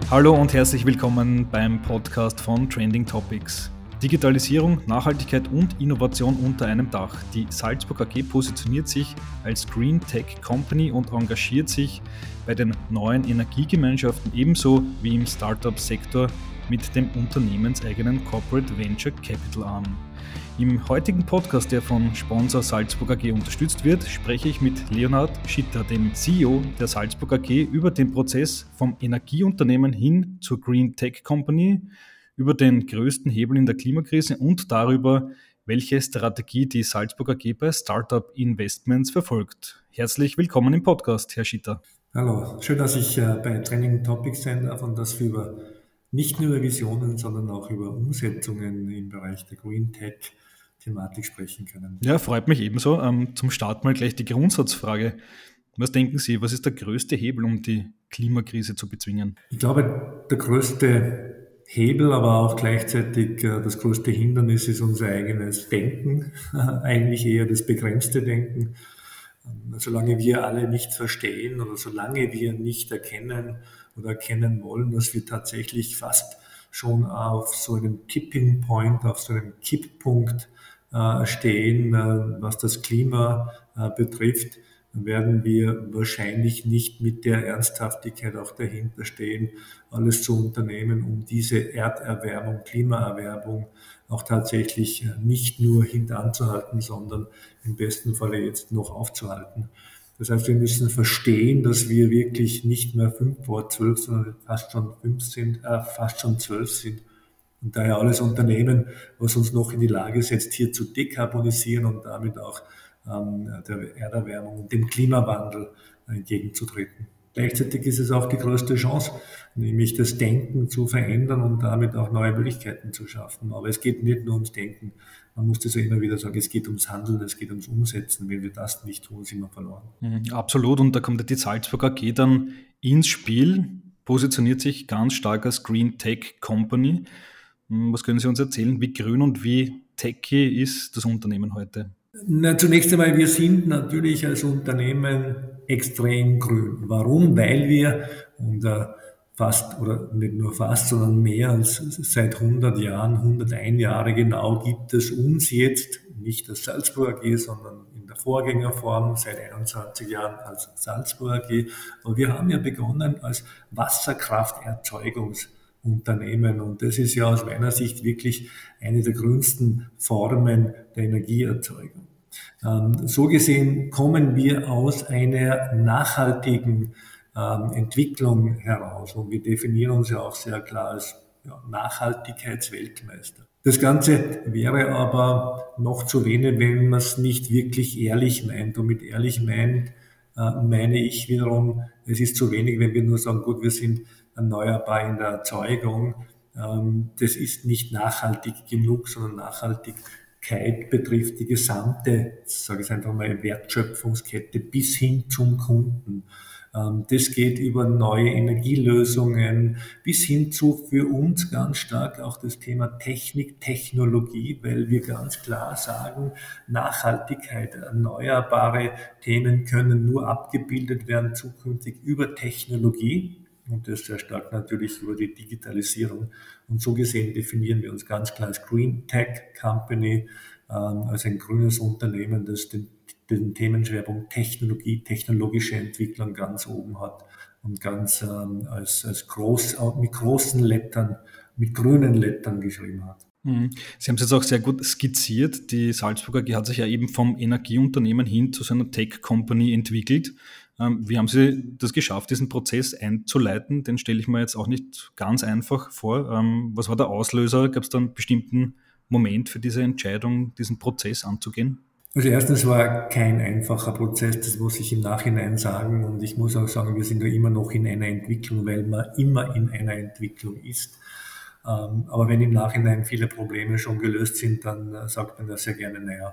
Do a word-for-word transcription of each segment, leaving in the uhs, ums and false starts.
Hallo und herzlich willkommen beim Podcast von Trending Topics. Digitalisierung, Nachhaltigkeit und Innovation unter einem Dach. Die Salzburg A G positioniert sich als Green Tech Company und engagiert sich bei den neuen Energiegemeinschaften ebenso wie im Startup-Sektor mit dem unternehmenseigenen Corporate Venture Capital Arm. Im heutigen Podcast, der von Sponsor Salzburg A G unterstützt wird, spreche ich mit Leonhard Schitter, dem C E O der Salzburg A G, über den Prozess vom Energieunternehmen hin zur Green Tech Company, über den größten Hebel in der Klimakrise und darüber, welche Strategie die Salzburg A G bei Startup Investments verfolgt. Herzlich willkommen im Podcast, Herr Schitter. Hallo, schön, dass ich äh, bei Trending Topics sein darf und dass wir über nicht nur über Visionen, sondern auch über Umsetzungen im Bereich der Green Tech Thematik sprechen können. Ja, freut mich ebenso. Ähm, zum Start mal gleich die Grundsatzfrage. Was denken Sie, was ist der größte Hebel, um die Klimakrise zu bezwingen? Ich glaube, der größte Hebel, aber auch gleichzeitig äh, das größte Hindernis ist unser eigenes Denken, eigentlich eher das begrenzte Denken. Solange wir alle nicht verstehen oder solange wir nicht erkennen oder erkennen wollen, dass wir tatsächlich fast schon auf so einem Tipping Point, auf so einem Kipppunkt äh, stehen, äh, was das Klima äh, betrifft, werden wir wahrscheinlich nicht mit der Ernsthaftigkeit auch dahinter stehen, alles zu unternehmen, um diese Erderwärmung, Klimaerwärmung auch tatsächlich nicht nur hintanzuhalten, sondern im besten Falle jetzt noch aufzuhalten. Das heißt, wir müssen verstehen, dass wir wirklich nicht mehr fünf vor zwölf, sondern fast schon fünf sind, äh, fast schon zwölf sind. Und daher alles unternehmen, was uns noch in die Lage setzt, hier zu dekarbonisieren und damit auch ähm, der Erderwärmung und dem Klimawandel entgegenzutreten. Gleichzeitig ist es auch die größte Chance, nämlich das Denken zu verändern und damit auch neue Möglichkeiten zu schaffen. Aber es geht nicht nur ums Denken. Man muss das ja immer wieder sagen, es geht ums Handeln, es geht ums Umsetzen. Wenn wir das nicht tun, sind wir verloren. Mhm, absolut. Und da kommt die Salzburg A G dann ins Spiel, positioniert sich ganz stark als Green Tech Company. Was können Sie uns erzählen? Wie grün und wie techy ist das Unternehmen heute? Na, zunächst einmal, wir sind natürlich als Unternehmen extrem grün. Warum? Weil wir unter fast, oder nicht nur fast, sondern mehr als seit hundert Jahren, hunderteins Jahre genau, gibt es uns jetzt, nicht als Salzburg A G, sondern in der Vorgängerform seit einundzwanzig Jahren als Salzburg A G. Und wir haben ja begonnen als Wasserkrafterzeugungs Unternehmen. Und das ist ja aus meiner Sicht wirklich eine der grünsten Formen der Energieerzeugung. Ähm, so gesehen kommen wir aus einer nachhaltigen ähm, Entwicklung heraus. Und wir definieren uns ja auch sehr klar als ja, Nachhaltigkeitsweltmeister. Das Ganze wäre aber noch zu wenig, wenn man es nicht wirklich ehrlich meint. Und mit ehrlich meint, äh, meine ich wiederum, es ist zu wenig, wenn wir nur sagen, gut, wir sind erneuerbar in der Erzeugung. Das ist nicht nachhaltig genug, sondern Nachhaltigkeit betrifft die gesamte, sage ich einfach mal, Wertschöpfungskette bis hin zum Kunden. Das geht über neue Energielösungen bis hin zu für uns ganz stark auch das Thema Technik, Technologie, weil wir ganz klar sagen, Nachhaltigkeit, erneuerbare Themen können nur abgebildet werden zukünftig über Technologie. Und das sehr stark natürlich über die Digitalisierung. Und so gesehen definieren wir uns ganz klar als Green Tech Company, ähm, als ein grünes Unternehmen, das den, den Themenschwerpunkt Technologie, technologische Entwicklung ganz oben hat und ganz ähm, als, als groß, mit großen Lettern, mit grünen Lettern geschrieben hat. Sie haben es jetzt auch sehr gut skizziert. Die Salzburg A G hat sich ja eben vom Energieunternehmen hin zu so einer Tech-Company entwickelt. Wie haben Sie das geschafft, diesen Prozess einzuleiten? Den stelle ich mir jetzt auch nicht ganz einfach vor. Was war der Auslöser? Gab es da einen bestimmten Moment für diese Entscheidung, diesen Prozess anzugehen? Also erstens war kein einfacher Prozess, das muss ich im Nachhinein sagen. Und ich muss auch sagen, wir sind ja immer noch in einer Entwicklung, weil man immer in einer Entwicklung ist. Aber wenn im Nachhinein viele Probleme schon gelöst sind, dann sagt man das sehr gerne, naja,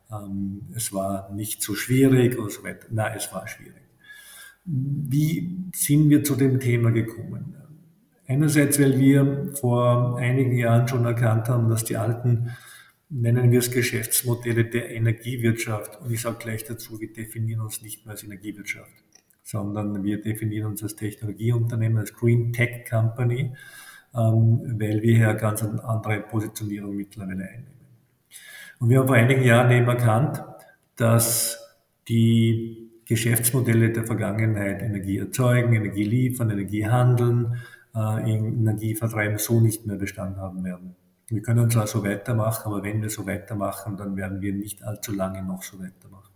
es war nicht so schwierig oder so weiter. Nein, es war schwierig. Wie sind wir zu dem Thema gekommen? Einerseits, weil wir vor einigen Jahren schon erkannt haben, dass die alten, nennen wir es Geschäftsmodelle der Energiewirtschaft, und ich sage gleich dazu, wir definieren uns nicht mehr als Energiewirtschaft, sondern wir definieren uns als Technologieunternehmen, als Green Tech Company, weil wir hier ganz eine andere Positionierung mittlerweile einnehmen. Und wir haben vor einigen Jahren eben erkannt, dass die Geschäftsmodelle der Vergangenheit, Energie erzeugen, Energie liefern, Energie handeln, Energie vertreiben, so nicht mehr Bestand haben werden. Wir können zwar so weitermachen, aber wenn wir so weitermachen, dann werden wir nicht allzu lange noch so weitermachen.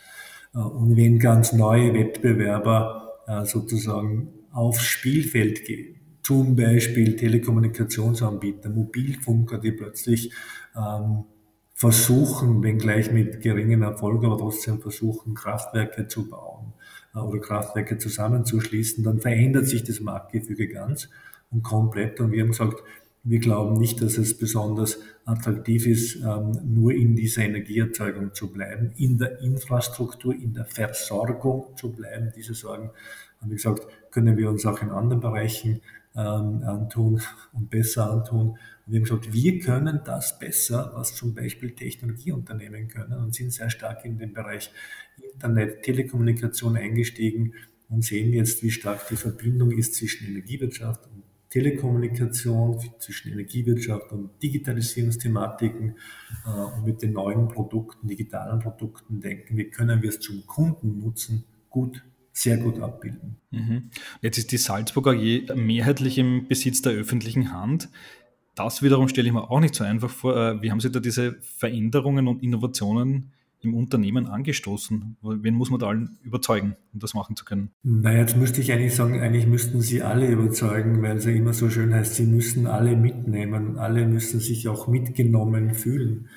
Und wenn ganz neue Wettbewerber sozusagen aufs Spielfeld gehen, zum Beispiel Telekommunikationsanbieter, Mobilfunker, die plötzlich ähm, versuchen, wenngleich mit geringem Erfolg, aber trotzdem versuchen, Kraftwerke zu bauen äh, oder Kraftwerke zusammenzuschließen, dann verändert sich das Marktgefüge ganz und komplett. Und wir haben gesagt, wir glauben nicht, dass es besonders attraktiv ist, ähm, nur in dieser Energieerzeugung zu bleiben, in der Infrastruktur, in der Versorgung zu bleiben. Diese Sorgen, haben wir gesagt, können wir uns auch in anderen Bereichen ähm, antun und besser antun. Und wir haben gesagt, wir können das besser, was zum Beispiel Technologieunternehmen können, und sind sehr stark in den Bereich Internet, Telekommunikation eingestiegen und sehen jetzt, wie stark die Verbindung ist zwischen Energiewirtschaft und Telekommunikation, zwischen Energiewirtschaft und Digitalisierungsthematiken, äh, und mit den neuen Produkten, digitalen Produkten denken, wie können wir es zum Kundennutzen gut, sehr gut abbilden. Mhm. Jetzt ist die Salzburg A G mehrheitlich im Besitz der öffentlichen Hand. Das wiederum stelle ich mir auch nicht so einfach vor. Wie haben Sie da diese Veränderungen und Innovationen im Unternehmen angestoßen? Wen muss man da allen überzeugen, um das machen zu können? Naja, jetzt müsste ich eigentlich sagen, eigentlich müssten Sie alle überzeugen, weil es ja immer so schön heißt, Sie müssen alle mitnehmen, alle müssen sich auch mitgenommen fühlen.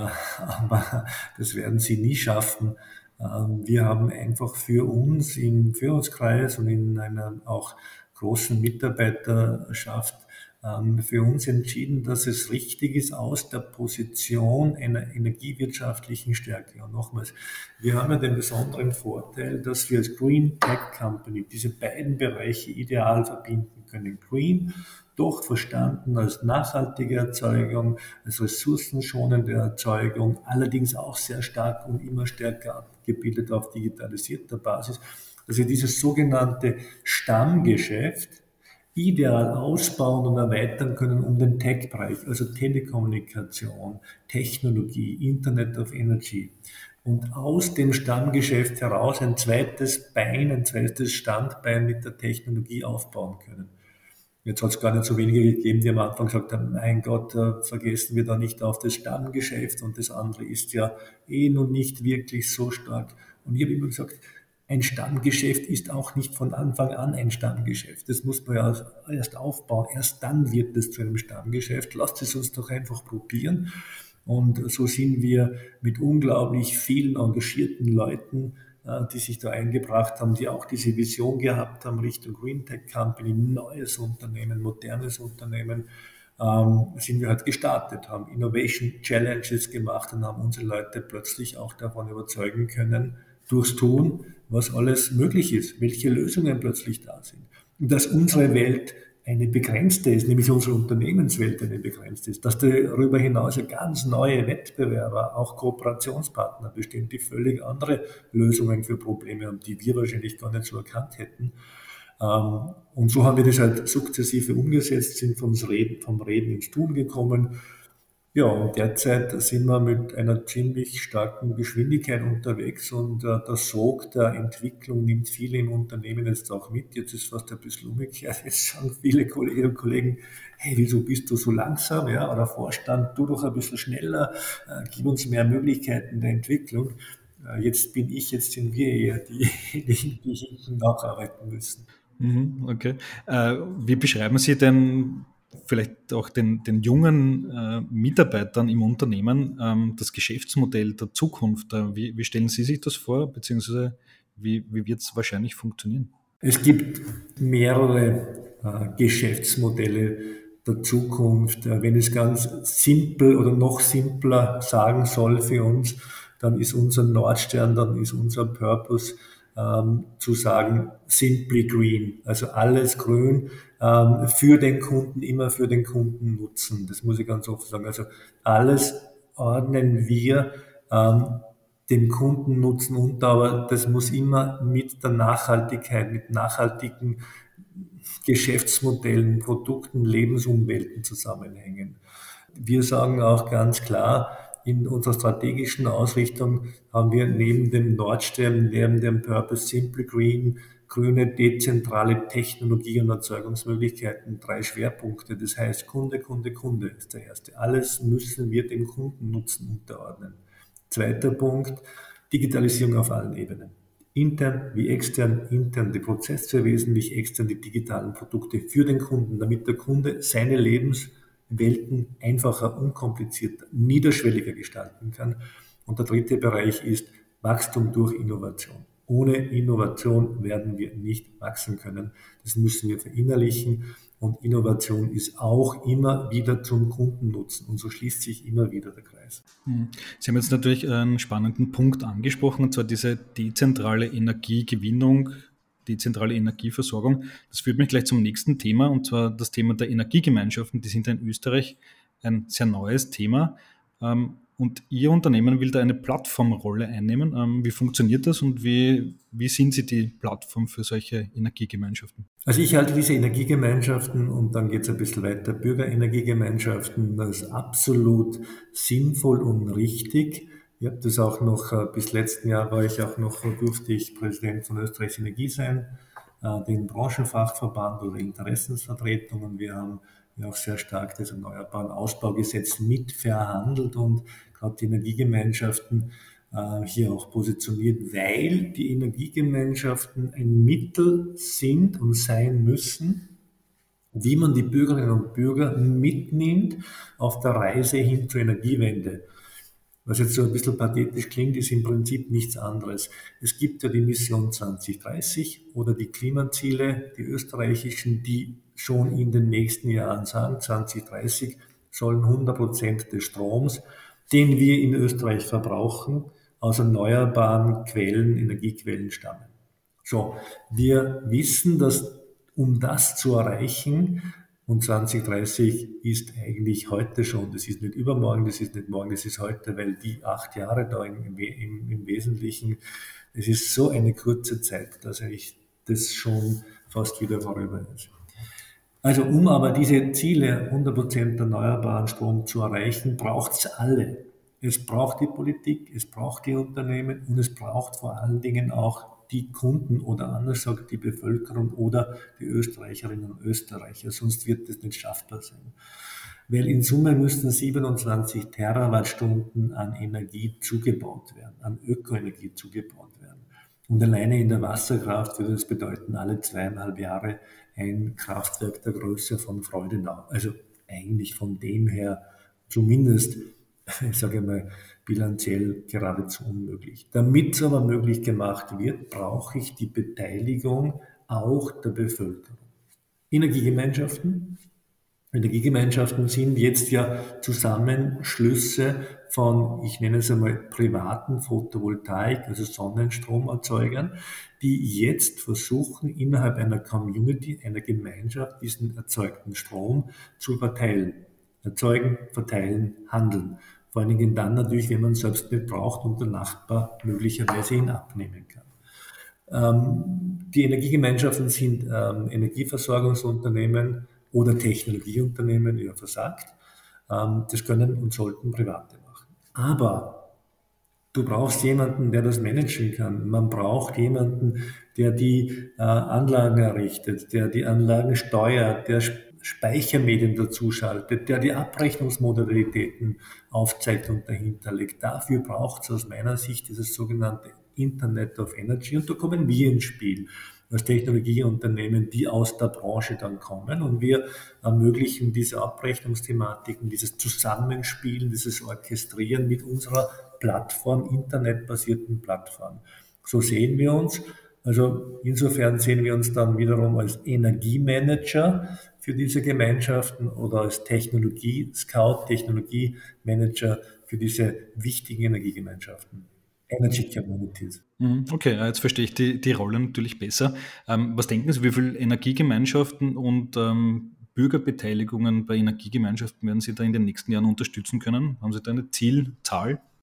Aber das werden Sie nie schaffen. Wir haben einfach für uns im Führungskreis und in einer auch großen Mitarbeiterschaft für uns entschieden, dass es richtig ist aus der Position einer energiewirtschaftlichen Stärke. Und nochmals, wir haben ja den besonderen Vorteil, dass wir als Green Tech Company diese beiden Bereiche ideal verbinden können. Green, doch verstanden als nachhaltige Erzeugung, als ressourcenschonende Erzeugung, allerdings auch sehr stark und immer stärker abgebildet auf digitalisierter Basis. Also dieses sogenannte Stammgeschäft ideal ausbauen und erweitern können um den Tech-Bereich, also Telekommunikation, Technologie, Internet of Energy. Und aus dem Stammgeschäft heraus ein zweites Bein, ein zweites Standbein mit der Technologie aufbauen können. Jetzt hat es gar nicht so wenige gegeben, die am Anfang gesagt haben, mein Gott, vergessen wir da nicht auf das Stammgeschäft, und das andere ist ja eh noch nicht wirklich so stark. Und ich habe immer gesagt, ein Stammgeschäft ist auch nicht von Anfang an ein Stammgeschäft. Das muss man ja erst aufbauen. Erst dann wird es zu einem Stammgeschäft. Lasst es uns doch einfach probieren. Und so sind wir mit unglaublich vielen engagierten Leuten, die sich da eingebracht haben, die auch diese Vision gehabt haben Richtung Green Tech Company, neues Unternehmen, modernes Unternehmen, ähm, sind wir halt gestartet, haben Innovation Challenges gemacht und haben unsere Leute plötzlich auch davon überzeugen können, durchs Tun, was alles möglich ist, welche Lösungen plötzlich da sind. Und dass unsere Welt eine begrenzte ist, nämlich unsere Unternehmenswelt eine begrenzte ist, dass darüber hinaus ganz neue Wettbewerber, auch Kooperationspartner bestehen, die völlig andere Lösungen für Probleme haben, die wir wahrscheinlich gar nicht so erkannt hätten. Und so haben wir das halt sukzessive umgesetzt, sind vom Reden, vom Reden ins Tun gekommen. Ja, und derzeit sind wir mit einer ziemlich starken Geschwindigkeit unterwegs, und äh, der Sog der Entwicklung nimmt viele im Unternehmen jetzt auch mit. Jetzt ist fast ein bisschen umgekehrt. Jetzt sagen viele Kolleginnen und Kollegen, hey, wieso bist du so langsam? Ja, oder Vorstand, tu doch ein bisschen schneller, äh, gib uns mehr Möglichkeiten der Entwicklung. Äh, jetzt bin ich, jetzt sind wir eher diejenigen, die hinten nacharbeiten müssen. Okay. Äh, wie beschreiben Sie denn vielleicht auch den, den jungen äh, Mitarbeitern im Unternehmen ähm, das Geschäftsmodell der Zukunft? Äh, wie, wie stellen Sie sich das vor, beziehungsweise wie, wie wird es wahrscheinlich funktionieren? Es gibt mehrere äh, Geschäftsmodelle der Zukunft. Äh, wenn es ganz simpel oder noch simpler sagen soll für uns, dann ist unser Nordstern, dann ist unser Purpose, ähm, zu sagen, simply green, also alles grün, ähm, für den Kunden, immer für den Kunden nutzen. Das muss ich ganz offen sagen. Also alles ordnen wir ähm, dem Kundennutzen und aber das muss immer mit der Nachhaltigkeit, mit nachhaltigen Geschäftsmodellen, Produkten, Lebensumwelten zusammenhängen. Wir sagen auch ganz klar, in unserer strategischen Ausrichtung haben wir neben dem Nordstern, neben dem Purpose Simple Green, grüne, dezentrale Technologie und Erzeugungsmöglichkeiten drei Schwerpunkte. Das heißt, Kunde, Kunde, Kunde ist der erste. Alles müssen wir dem Kundennutzen unterordnen. Zweiter Punkt, Digitalisierung auf allen Ebenen. Intern wie extern, intern die Prozesse verwesentlich, extern die digitalen Produkte für den Kunden, damit der Kunde seine Lebenswelten einfacher, unkomplizierter, niederschwelliger gestalten kann. Und der dritte Bereich ist Wachstum durch Innovation. Ohne Innovation werden wir nicht wachsen können. Das müssen wir verinnerlichen. Und Innovation ist auch immer wieder zum Kundennutzen. Und so schließt sich immer wieder der Kreis. Sie haben jetzt natürlich einen spannenden Punkt angesprochen, und zwar diese dezentrale Energiegewinnung, dezentrale Energieversorgung. Das führt mich gleich zum nächsten Thema, und zwar das Thema der Energiegemeinschaften. Die sind ja in Österreich ein sehr neues Thema. Und Ihr Unternehmen will da eine Plattformrolle einnehmen. Wie funktioniert das und wie, wie sind Sie die Plattform für solche Energiegemeinschaften? Also ich halte diese Energiegemeinschaften, und dann geht es ein bisschen weiter, Bürgerenergiegemeinschaften, als absolut sinnvoll und richtig. Ich habe das auch noch, bis letzten Jahr war ich auch noch, durfte ich Präsident von Österreichs Energie sein, den Branchenfachverband oder Interessensvertretungen. Wir haben ja auch sehr stark das Erneuerbaren Ausbaugesetz mitverhandelt und gerade die Energiegemeinschaften äh, hier auch positioniert, weil die Energiegemeinschaften ein Mittel sind und sein müssen, wie man die Bürgerinnen und Bürger mitnimmt auf der Reise hin zur Energiewende. Was jetzt so ein bisschen pathetisch klingt, ist im Prinzip nichts anderes. Es gibt ja die Mission zwanzig dreißig oder die Klimaziele, die österreichischen, die schon in den nächsten Jahren sagen, zwanzig dreißig sollen hundert Prozent des Stroms, den wir in Österreich verbrauchen, aus erneuerbaren Quellen, Energiequellen stammen. So, wir wissen, dass um das zu erreichen, und zwanzig dreißig ist eigentlich heute schon, das ist nicht übermorgen, das ist nicht morgen, das ist heute, weil die acht Jahre da im, im, im Wesentlichen, es ist so eine kurze Zeit, dass eigentlich das schon fast wieder vorüber ist. Also um aber diese Ziele, hundert Prozent erneuerbaren Strom zu erreichen, braucht es alle. Es braucht die Politik, es braucht die Unternehmen und es braucht vor allen Dingen auch die Kunden oder anders gesagt die Bevölkerung oder die Österreicherinnen und Österreicher, sonst wird das nicht schaffbar sein. Weil in Summe müssten siebenundzwanzig Terawattstunden an Energie zugebaut werden, an Ökoenergie zugebaut werden. Und alleine in der Wasserkraft würde das bedeuten, alle zweieinhalb Jahre ein Kraftwerk der Größe von Freudenau. Also eigentlich von dem her zumindest, ich sage mal, bilanziell geradezu unmöglich. Damit es aber möglich gemacht wird, brauche ich die Beteiligung auch der Bevölkerung. Energiegemeinschaften. Energiegemeinschaften sind jetzt ja Zusammenschlüsse von, ich nenne es einmal, privaten Photovoltaik, also Sonnenstromerzeugern, die jetzt versuchen, innerhalb einer Community, einer Gemeinschaft, diesen erzeugten Strom zu verteilen. Erzeugen, verteilen, handeln. Vor allen Dingen dann natürlich, wenn man es selbst nicht braucht und der Nachbar möglicherweise ihn abnehmen kann. Ähm, die Energiegemeinschaften sind ähm, Energieversorgungsunternehmen oder Technologieunternehmen, ja versagt. Ähm, das können und sollten Private machen. Aber du brauchst jemanden, der das managen kann. Man braucht jemanden, der die äh, Anlagen errichtet, der die Anlagen steuert, der Speichermedien dazuschaltet, der die Abrechnungsmodalitäten aufzeigt und dahinter legt. Dafür braucht es aus meiner Sicht dieses sogenannte Internet of Energy. Und da kommen wir ins Spiel als Technologieunternehmen, die aus der Branche dann kommen. Und wir ermöglichen diese Abrechnungsthematiken, dieses Zusammenspielen, dieses Orchestrieren mit unserer Plattform, internetbasierten Plattform. So sehen wir uns. Also insofern sehen wir uns dann wiederum als Energiemanager für diese Gemeinschaften oder als Technologie-Scout, Technologiemanager für diese wichtigen Energiegemeinschaften. Energy Communities. Okay, jetzt verstehe ich die, die Rolle natürlich besser. Ähm, was denken Sie, wie viele Energiegemeinschaften und ähm, Bürgerbeteiligungen bei Energiegemeinschaften werden Sie da in den nächsten Jahren unterstützen können? Haben Sie da eine Zielzahl?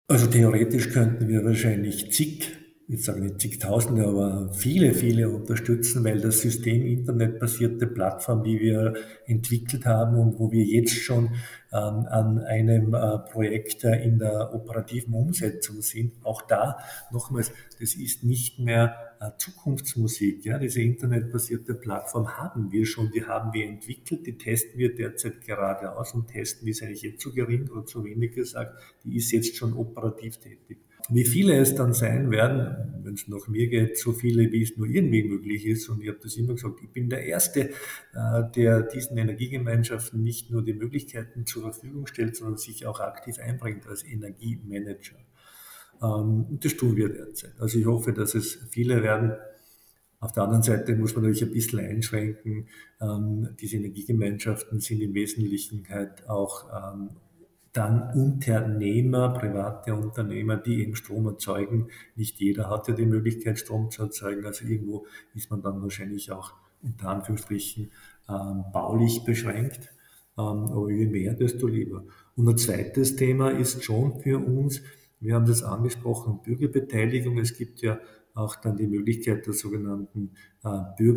Also theoretisch könnten wir wahrscheinlich zig, ich sage nicht zigtausende, aber viele, viele unterstützen, weil das System internetbasierte Plattform, die wir entwickelt haben und wo wir jetzt schon ähm, an einem äh, Projekt äh, in der operativen Umsetzung sind, auch da nochmals, das ist nicht mehr äh, Zukunftsmusik. Ja? Diese internetbasierte Plattform haben wir schon, die haben wir entwickelt, die testen wir derzeit gerade aus und testen, die ist eigentlich jetzt zu gering oder zu wenig gesagt, die ist jetzt schon operativ tätig. Wie viele es dann sein werden, wenn es nach mir geht, so viele, wie es nur irgendwie möglich ist. Und ich habe das immer gesagt, ich bin der Erste, der diesen Energiegemeinschaften nicht nur die Möglichkeiten zur Verfügung stellt, sondern sich auch aktiv einbringt als Energiemanager. Und das tun wir derzeit. Also ich hoffe, dass es viele werden. Auf der anderen Seite muss man natürlich ein bisschen einschränken. Diese Energiegemeinschaften sind im Wesentlichen halt auch dann Unternehmer, private Unternehmer, die eben Strom erzeugen. Nicht jeder hat ja die Möglichkeit, Strom zu erzeugen. Also irgendwo ist man dann wahrscheinlich auch unter Anführungsstrichen ähm, baulich beschränkt. Ähm, aber je mehr, desto lieber. Und ein zweites Thema ist schon für uns, wir haben das angesprochen, Bürgerbeteiligung. Es gibt ja auch dann die Möglichkeit der sogenannten äh,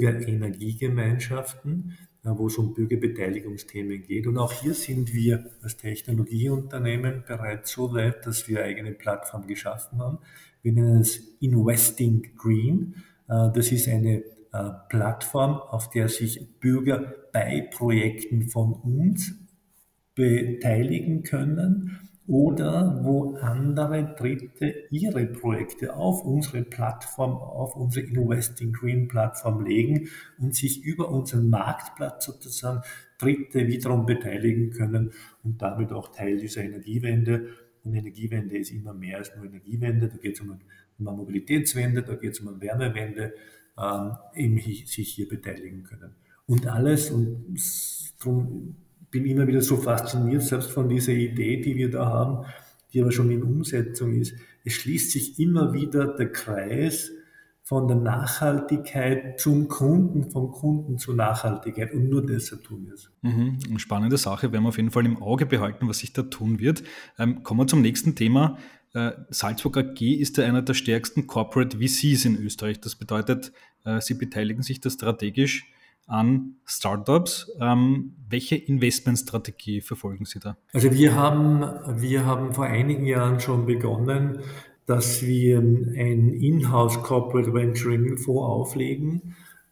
Bürgerenergiegemeinschaften, wo es um Bürgerbeteiligungsthemen geht. Und auch hier sind wir als Technologieunternehmen bereits so weit, dass wir eigene Plattform geschaffen haben. Wir nennen es Investing Green. Das ist eine Plattform, auf der sich Bürger bei Projekten von uns beteiligen können oder wo andere Dritte ihre Projekte auf unsere Plattform, auf unsere Investing Green Plattform legen und sich über unseren Marktplatz sozusagen Dritte wiederum beteiligen können und damit auch Teil dieser Energiewende. Und Energiewende ist immer mehr als nur Energiewende. Da geht es um eine, um eine Mobilitätswende, da geht es um eine Wärmewende, ähm, eben sich hier beteiligen können. Und alles, und darum bin immer wieder so fasziniert, selbst von dieser Idee, die wir da haben, die aber schon in Umsetzung ist. Es schließt sich immer wieder der Kreis von der Nachhaltigkeit zum Kunden, vom Kunden zur Nachhaltigkeit und nur deshalb tun wir es. Mhm, eine spannende Sache, werden wir auf jeden Fall im Auge behalten, was sich da tun wird. Ähm, kommen wir zum nächsten Thema. Äh, Salzburg A G ist ja einer der stärksten Corporate V Cs in Österreich. Das bedeutet, äh, sie beteiligen sich da strategisch an Startups. Ähm, welche Investmentstrategie verfolgen Sie da? Also wir haben, wir haben vor einigen Jahren schon begonnen, dass wir ein Inhouse Corporate Venturing Fonds auflegen,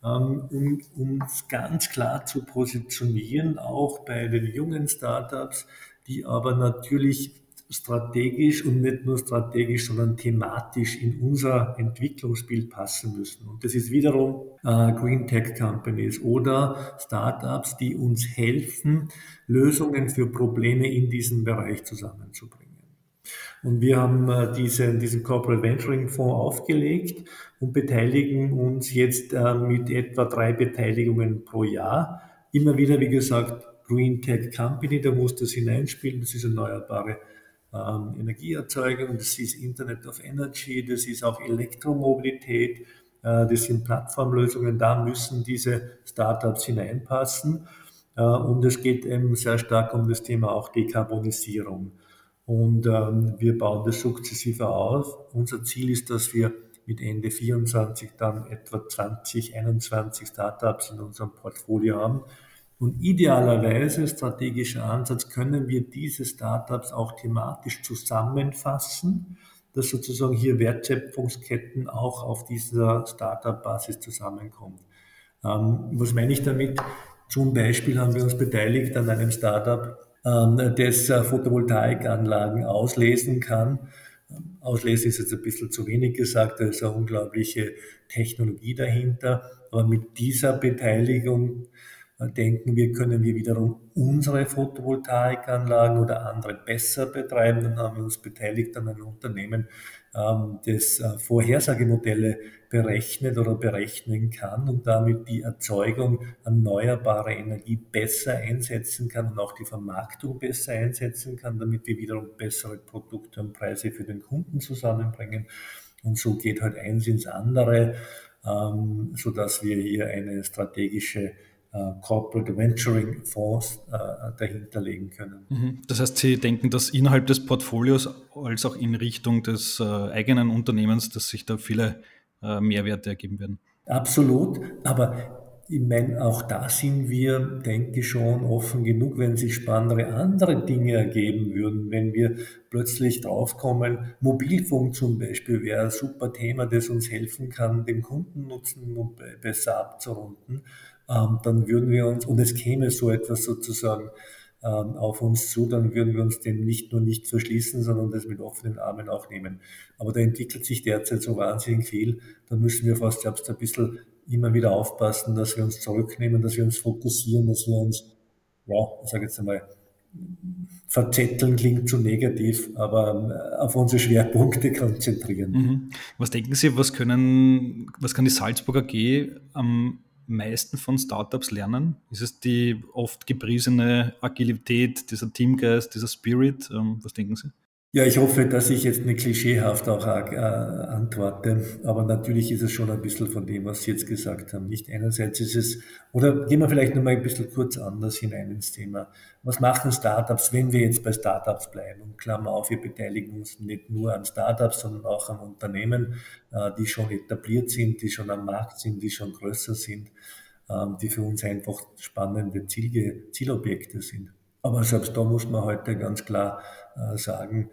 um uns ganz klar zu positionieren, auch bei den jungen Startups, die aber natürlich strategisch und nicht nur strategisch, sondern thematisch in unser Entwicklungsbild passen müssen. Und das ist wiederum äh, Green Tech Companies oder Startups, die uns helfen, Lösungen für Probleme in diesem Bereich zusammenzubringen. Und wir haben äh, diese, diesen Corporate Venturing Fonds aufgelegt und beteiligen uns jetzt äh, mit etwa drei Beteiligungen pro Jahr. Immer wieder, wie gesagt, Green Tech Company, da muss das hineinspielen, das ist erneuerbare ähm, Energieerzeugung, das ist Internet of Energy, das ist auch Elektromobilität, äh, das sind Plattformlösungen, da müssen diese Startups hineinpassen. Äh, und es geht eben sehr stark um das Thema auch Dekarbonisierung. Und ähm, wir bauen das sukzessive auf. Unser Ziel ist, dass wir mit Ende vierundzwanzig dann etwa zwanzig, einundzwanzig Startups in unserem Portfolio haben. Und idealerweise, strategischer Ansatz, können wir diese Startups auch thematisch zusammenfassen, dass sozusagen hier Wertschöpfungsketten auch auf dieser Startup-Basis zusammenkommen. Ähm, was meine ich damit? Zum Beispiel haben wir uns beteiligt an einem Startup, das Photovoltaikanlagen auslesen kann. Auslesen ist jetzt ein bisschen zu wenig gesagt, da ist eine unglaubliche Technologie dahinter. Aber mit dieser Beteiligung denken wir, können wir wiederum unsere Photovoltaikanlagen oder andere besser betreiben. Dann haben wir uns beteiligt an einem Unternehmen, das Vorhersagemodelle berechnet oder berechnen kann und damit die Erzeugung erneuerbarer Energie besser einsetzen kann und auch die Vermarktung besser einsetzen kann, damit wir wiederum bessere Produkte und Preise für den Kunden zusammenbringen. Und so geht halt eins ins andere, sodass wir hier eine strategische Corporate Venturing Fonds dahinter legen können. Das heißt, Sie denken, dass innerhalb des Portfolios als auch in Richtung des eigenen Unternehmens, dass sich da viele Mehrwerte ergeben werden? Absolut, aber ich meine, auch da sind wir, denke ich, schon offen genug, wenn sich spannende andere Dinge ergeben würden. Wenn wir plötzlich draufkommen, Mobilfunk zum Beispiel wäre ein super Thema, das uns helfen kann, den Kundennutzen besser abzurunden, ähm, dann würden wir uns, und es käme so etwas sozusagen ähm, auf uns zu, dann würden wir uns dem nicht nur nicht verschließen, sondern das mit offenen Armen auch nehmen. Aber da entwickelt sich derzeit so wahnsinnig viel, da müssen wir fast selbst ein bisschen immer wieder aufpassen, dass wir uns zurücknehmen, dass wir uns fokussieren, dass wir uns, ja, ich sage jetzt einmal, verzetteln klingt zu negativ, aber auf unsere Schwerpunkte konzentrieren. Mhm. Was denken Sie, was können, was kann die Salzburg A G am meisten von Startups lernen? Ist es die oft gepriesene Agilität, dieser Teamgeist, dieser Spirit? Was denken Sie? Ja, ich hoffe, dass ich jetzt nicht klischeehaft auch äh, antworte, aber natürlich ist es schon ein bisschen von dem, was Sie jetzt gesagt haben. Nicht einerseits ist es, oder gehen wir vielleicht nochmal ein bisschen kurz anders hinein ins Thema. Was machen Startups, wenn wir jetzt bei Startups bleiben? Und Klammer auf, wir beteiligen uns nicht nur an Startups, sondern auch an Unternehmen, äh, die schon etabliert sind, die schon am Markt sind, die schon größer sind, äh, die für uns einfach spannende Ziel, Zielobjekte sind. Aber selbst da muss man heute ganz klar äh, sagen,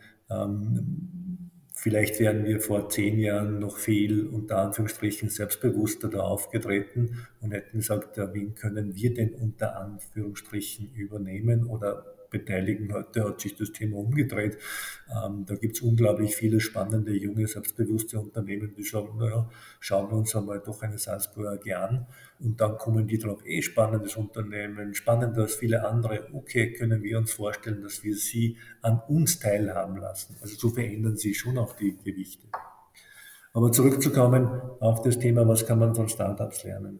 ähm, vielleicht wären wir vor zehn Jahren noch viel, unter Anführungsstrichen, selbstbewusster da aufgetreten und hätten gesagt, ja, wen können wir denn unter Anführungsstrichen übernehmen oder beteiligen. Heute hat sich das Thema umgedreht. Ähm, da gibt es unglaublich viele spannende, junge, selbstbewusste Unternehmen, die sagen, naja, schauen wir uns einmal doch eine Salzburg A G an. Und dann kommen die drauf, eh spannendes Unternehmen, spannender als viele andere. Okay, können wir uns vorstellen, dass wir sie an uns teilhaben lassen. Also so verändern sich schon auch die Gewichte. Aber zurückzukommen auf das Thema, was kann man von Startups lernen?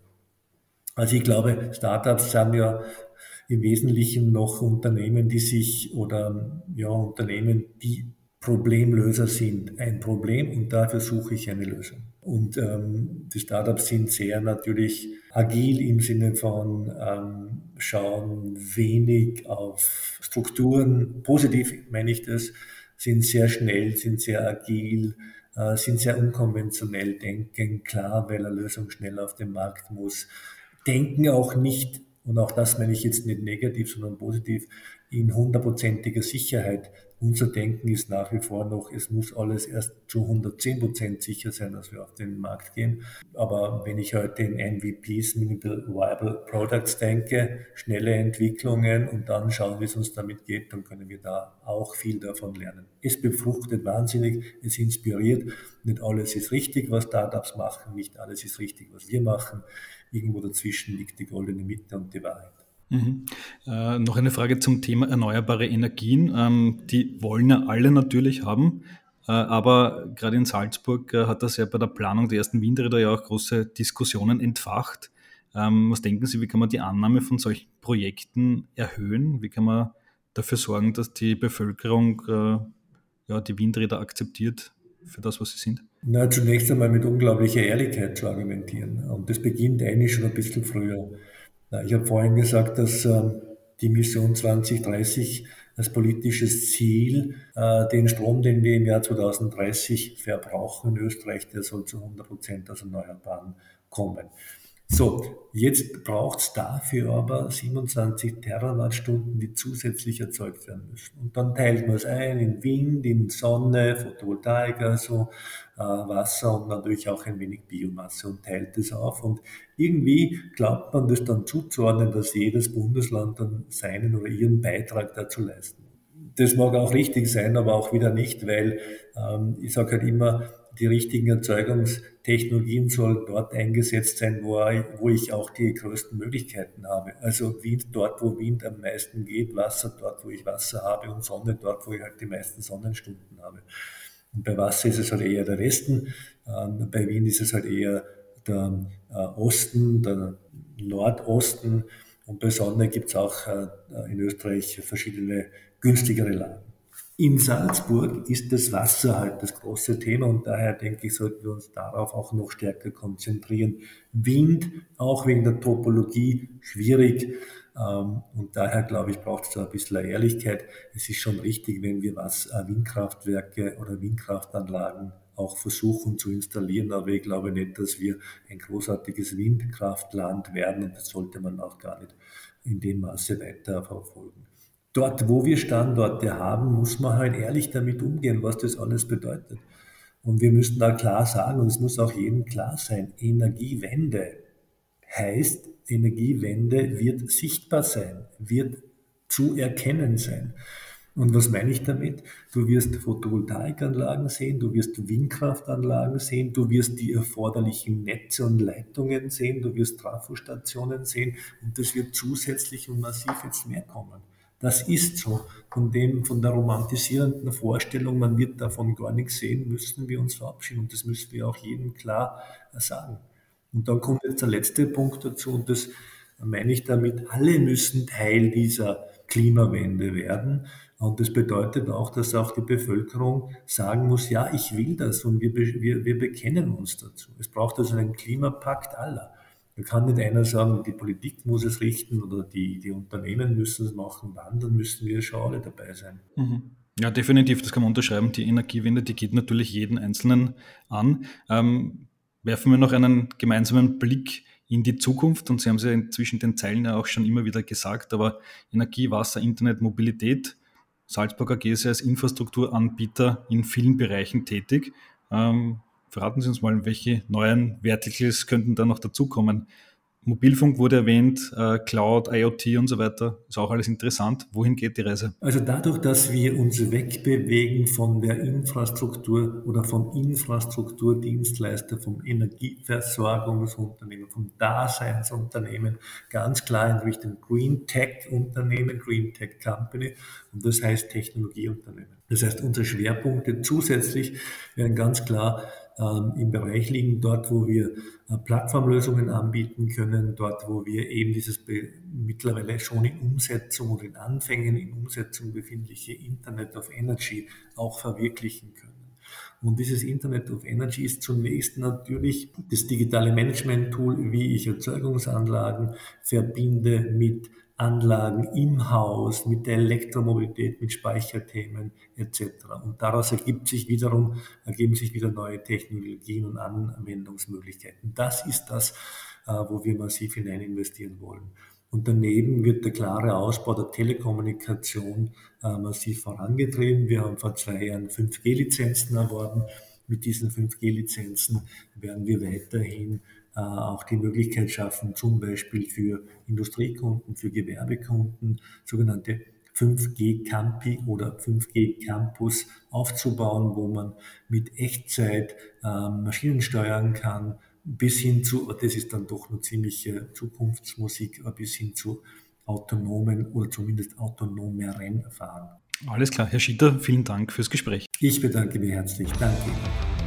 Also ich glaube, Startups sind ja im Wesentlichen noch Unternehmen, die sich oder ja Unternehmen, die Problemlöser sind. Ein Problem und dafür suche ich eine Lösung. Und ähm, die Startups sind sehr natürlich agil im Sinne von ähm, schauen wenig auf Strukturen. Positiv meine ich das, sind sehr schnell, sind sehr agil, äh, sind sehr unkonventionell, denken klar, weil eine Lösung schnell auf den Markt muss. Denken auch nicht, und auch das meine ich jetzt nicht negativ, sondern positiv, in hundertprozentiger Sicherheit. Unser Denken ist nach wie vor noch, es muss alles erst zu hundertzehn Prozent sicher sein, dass wir auf den Markt gehen. Aber wenn ich heute in M V Ps, Minimal Viable Products denke, schnelle Entwicklungen und dann schauen, wie es uns damit geht, dann können wir da auch viel davon lernen. Es befruchtet wahnsinnig, es inspiriert. Nicht alles ist richtig, was Startups machen, nicht alles ist richtig, was wir machen. Irgendwo dazwischen liegt die goldene Mitte und die Wahrheit. Mhm. Äh, noch eine Frage zum Thema erneuerbare Energien. Ähm, die wollen ja alle natürlich haben, äh, aber gerade in Salzburg äh, hat das ja bei der Planung der ersten Windräder ja auch große Diskussionen entfacht. Ähm, was denken Sie, wie kann man die Annahme von solchen Projekten erhöhen? Wie kann man dafür sorgen, dass die Bevölkerung äh, ja, die Windräder akzeptiert für das, was sie sind? Na, zunächst einmal mit unglaublicher Ehrlichkeit zu argumentieren. Und das beginnt eigentlich schon ein bisschen früher. Ich habe vorhin gesagt, dass die Mission zwanzig dreißig als politisches Ziel, den Strom, den wir im Jahr zwanzig dreißig verbrauchen in Österreich, der soll zu hundert Prozent aus Erneuerbaren kommen. So, jetzt braucht es dafür aber siebenundzwanzig Terawattstunden, die zusätzlich erzeugt werden müssen. Und dann teilt man es ein in Wind, in Sonne, Photovoltaik, also äh, Wasser und natürlich auch ein wenig Biomasse und teilt es auf. Und irgendwie glaubt man das dann zuzuordnen, dass jedes Bundesland dann seinen oder ihren Beitrag dazu leisten. Das mag auch richtig sein, aber auch wieder nicht, weil ähm, ich sage halt immer, die richtigen Erzeugungstechnologien sollen dort eingesetzt sein, wo, wo ich auch die größten Möglichkeiten habe. Also Wind dort, wo Wind am meisten geht, Wasser dort, wo ich Wasser habe und Sonne dort, wo ich halt die meisten Sonnenstunden habe. Und bei Wasser ist es halt eher der Westen, ähm, bei Wind ist es halt eher der äh, Osten, der Nordosten und bei Sonne gibt es auch äh, in Österreich verschiedene günstigere Lagen. In Salzburg ist das Wasser halt das große Thema und daher denke ich, sollten wir uns darauf auch noch stärker konzentrieren. Wind, auch wegen der Topologie, schwierig. Und daher, glaube ich, braucht es da ein bisschen Ehrlichkeit. Es ist schon richtig, wenn wir was, Windkraftwerke oder Windkraftanlagen auch versuchen zu installieren, aber ich glaube nicht, dass wir ein großartiges Windkraftland werden und das sollte man auch gar nicht in dem Maße weiter verfolgen. Dort, wo wir Standorte haben, muss man halt ehrlich damit umgehen, was das alles bedeutet. Und wir müssen da klar sagen, und es muss auch jedem klar sein, Energiewende heißt, Energiewende wird sichtbar sein, wird zu erkennen sein. Und was meine ich damit? Du wirst Photovoltaikanlagen sehen, du wirst Windkraftanlagen sehen, du wirst die erforderlichen Netze und Leitungen sehen, du wirst Trafostationen sehen und das wird zusätzlich und massiv jetzt mehr kommen. Das ist so. Von dem, von der romantisierenden Vorstellung, man wird davon gar nichts sehen, müssen wir uns verabschieden und das müssen wir auch jedem klar sagen. Und dann kommt jetzt der letzte Punkt dazu und das meine ich damit, alle müssen Teil dieser Klimawende werden. Und das bedeutet auch, dass auch die Bevölkerung sagen muss, ja, ich will das und wir, wir, wir bekennen uns dazu. Es braucht also einen Klimapakt aller. Da kann nicht einer sagen, die Politik muss es richten oder die, die Unternehmen müssen es machen, wann, dann müssen wir schon alle dabei sein. Mhm. Ja, definitiv, das kann man unterschreiben. Die Energiewende, die geht natürlich jeden Einzelnen an. Ähm, werfen wir noch einen gemeinsamen Blick in die Zukunft und Sie haben es ja zwischen den Zeilen ja auch schon immer wieder gesagt, aber Energie, Wasser, Internet, Mobilität, Salzburg A G ist ja als Infrastrukturanbieter in vielen Bereichen tätig. Ähm, verraten Sie uns mal, welche neuen Verticals könnten da noch dazukommen? Mobilfunk wurde erwähnt, äh, Cloud, IoT und so weiter, ist auch alles interessant. Wohin geht die Reise? Also dadurch, dass wir uns wegbewegen von der Infrastruktur oder vom Infrastrukturdienstleister, vom Energieversorgungsunternehmen, vom Daseinsunternehmen, ganz klar in Richtung Green Tech Unternehmen, Green Tech Company und das heißt Technologieunternehmen. Das heißt, unsere Schwerpunkte zusätzlich werden ganz klar im Bereich liegen, dort, wo wir Plattformlösungen anbieten können, dort, wo wir eben dieses mittlerweile schon in Umsetzung oder in Anfängen in Umsetzung befindliche Internet of Energy auch verwirklichen können. Und dieses Internet of Energy ist zunächst natürlich das digitale Management-Tool, wie ich Erzeugungsanlagen verbinde mit Anlagen im Haus, mit der Elektromobilität, mit Speicherthemen et cetera. Und daraus ergibt sich wiederum, ergeben sich wieder neue Technologien und Anwendungsmöglichkeiten. Das ist das, wo wir massiv hinein investieren wollen. Und daneben wird der klare Ausbau der Telekommunikation massiv vorangetrieben. Wir haben vor zwei Jahren fünf G Lizenzen erworben. Mit diesen fünf G Lizenzen werden wir weiterhin auch die Möglichkeit schaffen, zum Beispiel für Industriekunden, für Gewerbekunden, sogenannte fünf G Campi oder fünf G Campus aufzubauen, wo man mit Echtzeit äh, Maschinen steuern kann, bis hin zu, das ist dann doch eine ziemliche Zukunftsmusik, bis hin zu autonomen oder zumindest autonomeren Fahren. Alles klar, Herr Schitter, vielen Dank fürs Gespräch. Ich bedanke mich herzlich. Danke Ihnen.